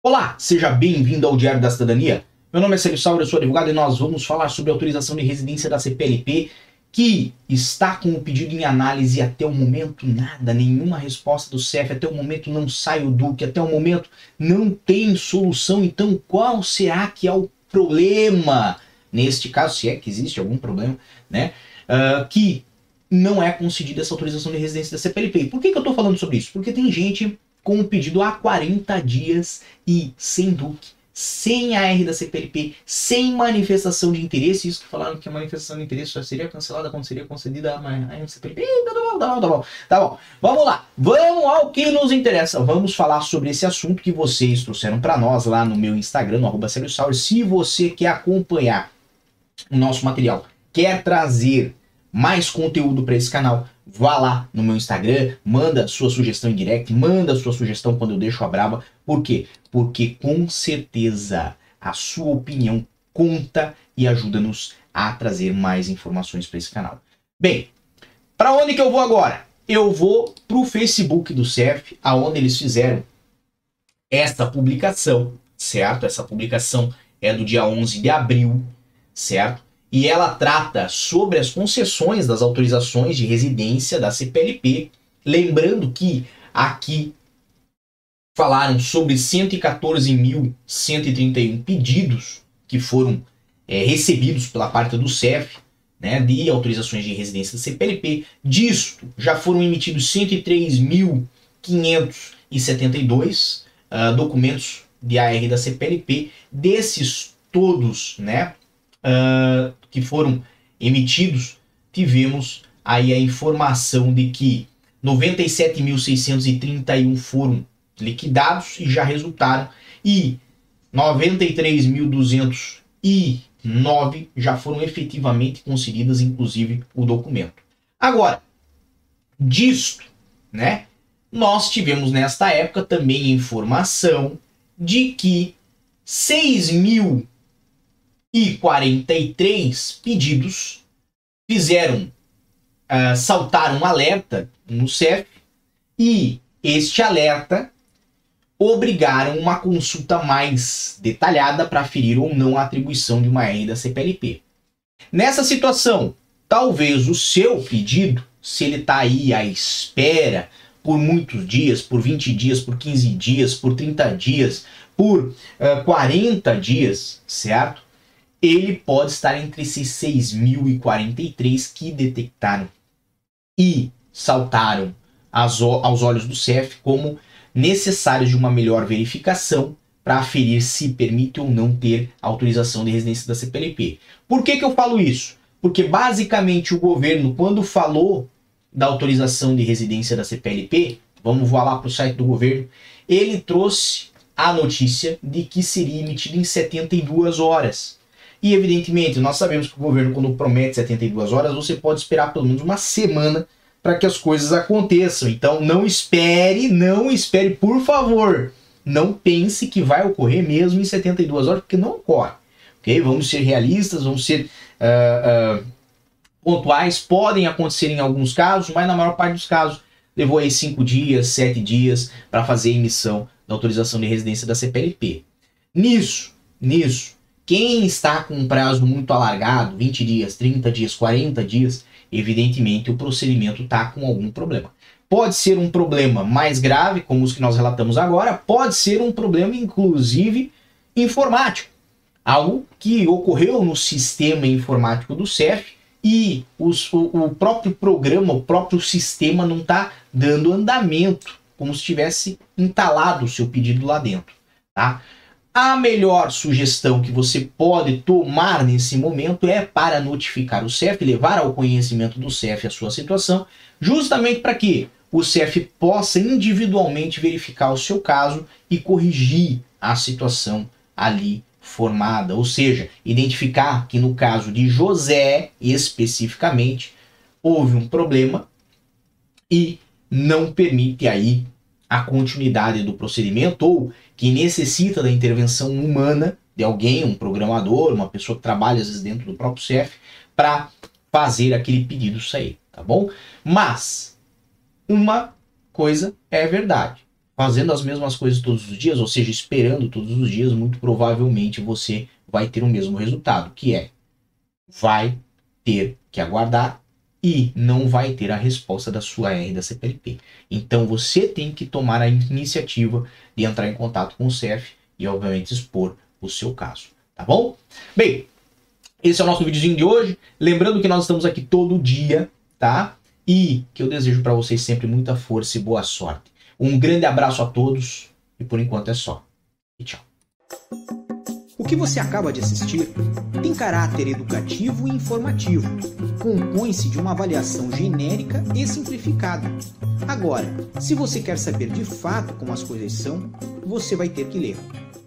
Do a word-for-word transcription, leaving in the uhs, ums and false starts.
Olá, seja bem-vindo ao Diário da Cidadania. Meu nome é Célio Sauer, eu sou advogado e nós vamos falar sobre a autorização de residência da C P L P, que está com o pedido em análise e até o momento nada, nenhuma resposta do C E F, até o momento não sai o D U C, até o momento não tem solução. Então qual será que é o problema? Neste caso, se é que existe algum problema, né? Uh, que não é concedida essa autorização de residência da C P L P. Por que, que eu estou falando sobre isso? Porque tem gente com o pedido há quarenta dias e sem D U C, sem a R da C P L P, sem manifestação de interesse. Isso que falaram que a manifestação de interesse só seria cancelada quando seria concedida a R da C P L P. Tá bom, tá bom, tá bom. Tá bom. Vamos lá. Vamos ao que nos interessa. Vamos falar sobre esse assunto que vocês trouxeram para nós lá no meu Instagram, no arroba Célio Sauer. Se você quer acompanhar o nosso material, quer trazer mais conteúdo para esse canal, vá lá no meu Instagram, manda sua sugestão em direct, manda sua sugestão quando eu deixo a braba. Por quê? Porque com certeza a sua opinião conta e ajuda-nos a trazer mais informações para esse canal. Bem, para onde que eu vou agora? Eu vou para o Facebook do C E F, aonde eles fizeram essa publicação, certo? Essa publicação é do dia onze de abril, certo? E ela trata sobre as concessões das autorizações de residência da C P L P. Lembrando que aqui falaram sobre cento e quatorze mil cento e trinta e um pedidos que foram é, recebidos pela parte do C E F, né, de autorizações de residência da C P L P. Disto, já foram emitidos cento e três mil quinhentos e setenta e dois uh, documentos de A R da C P L P. Desses todos, né, uh, que foram emitidos, tivemos aí a informação de que noventa e sete mil seiscentos e trinta e um foram liquidados e já resultaram, e noventa e três mil duzentos e nove já foram efetivamente concedidas, inclusive o documento. Agora, disto, né, nós tivemos nesta época também informação de que seis mil e quarenta e três pedidos fizeram, uh, saltaram um alerta no C E F, e este alerta obrigaram uma consulta mais detalhada para aferir ou não a atribuição de uma R da C P L P. Nessa situação, talvez o seu pedido, se ele está aí à espera por muitos dias, por vinte dias, por quinze dias, por trinta dias, por uh, quarenta dias, certo? Ele pode estar entre esses seis mil e quarenta e três que detectaram e saltaram aos olhos do C E F como necessários de uma melhor verificação para aferir se permite ou não ter autorização de residência da C P L P. Por que que eu falo isso? Porque basicamente o governo, quando falou da autorização de residência da C P L P, vamos voar lá para o site do governo, ele trouxe a notícia de que seria emitido em setenta e duas horas. E evidentemente, nós sabemos que o governo, quando promete setenta e duas horas, você pode esperar pelo menos uma semana para que as coisas aconteçam. Então não espere, não espere, por favor. Não pense que vai ocorrer mesmo em setenta e duas horas, porque não ocorre. Okay? Vamos ser realistas, vamos ser uh, uh, pontuais. Podem acontecer em alguns casos, mas na maior parte dos casos levou aí cinco dias, sete dias para fazer a emissão da autorização de residência da C P L P. Nisso, nisso, quem está com um prazo muito alargado, vinte dias, trinta dias, quarenta dias, evidentemente o procedimento está com algum problema. Pode ser um problema mais grave, como os que nós relatamos agora, pode ser um problema, inclusive, informático. Algo que ocorreu no sistema informático do C E F e os, o, o próprio programa, o próprio sistema não está dando andamento, como se tivesse entalado o seu pedido lá dentro, tá? A melhor sugestão que você pode tomar nesse momento é para notificar o C E F, levar ao conhecimento do C E F a sua situação, justamente para que o C E F possa individualmente verificar o seu caso e corrigir a situação ali formada. Ou seja, identificar que no caso de José, especificamente, houve um problema e não permite aí a continuidade do procedimento, ou que necessita da intervenção humana de alguém, um programador, uma pessoa que trabalha às vezes dentro do próprio C E F, para fazer aquele pedido sair, tá bom? Mas uma coisa é verdade. fazendo as mesmas coisas todos os dias, ou seja, esperando todos os dias, muito provavelmente você vai ter o mesmo resultado, que é, vai ter que aguardar e não vai ter a resposta da sua R da C P L P. Então você tem que tomar a iniciativa de entrar em contato com o C E F e, obviamente, expor o seu caso, tá bom? Bem, esse é o nosso videozinho de hoje. Lembrando que nós estamos aqui todo dia, tá? E que eu desejo para vocês sempre muita força e boa sorte. Um grande abraço a todos e por enquanto é só. E tchau. O que você acaba de assistir tem caráter educativo e informativo. Compõe-se de uma avaliação genérica e simplificada. Agora, se você quer saber de fato como as coisas são, você vai ter que ler.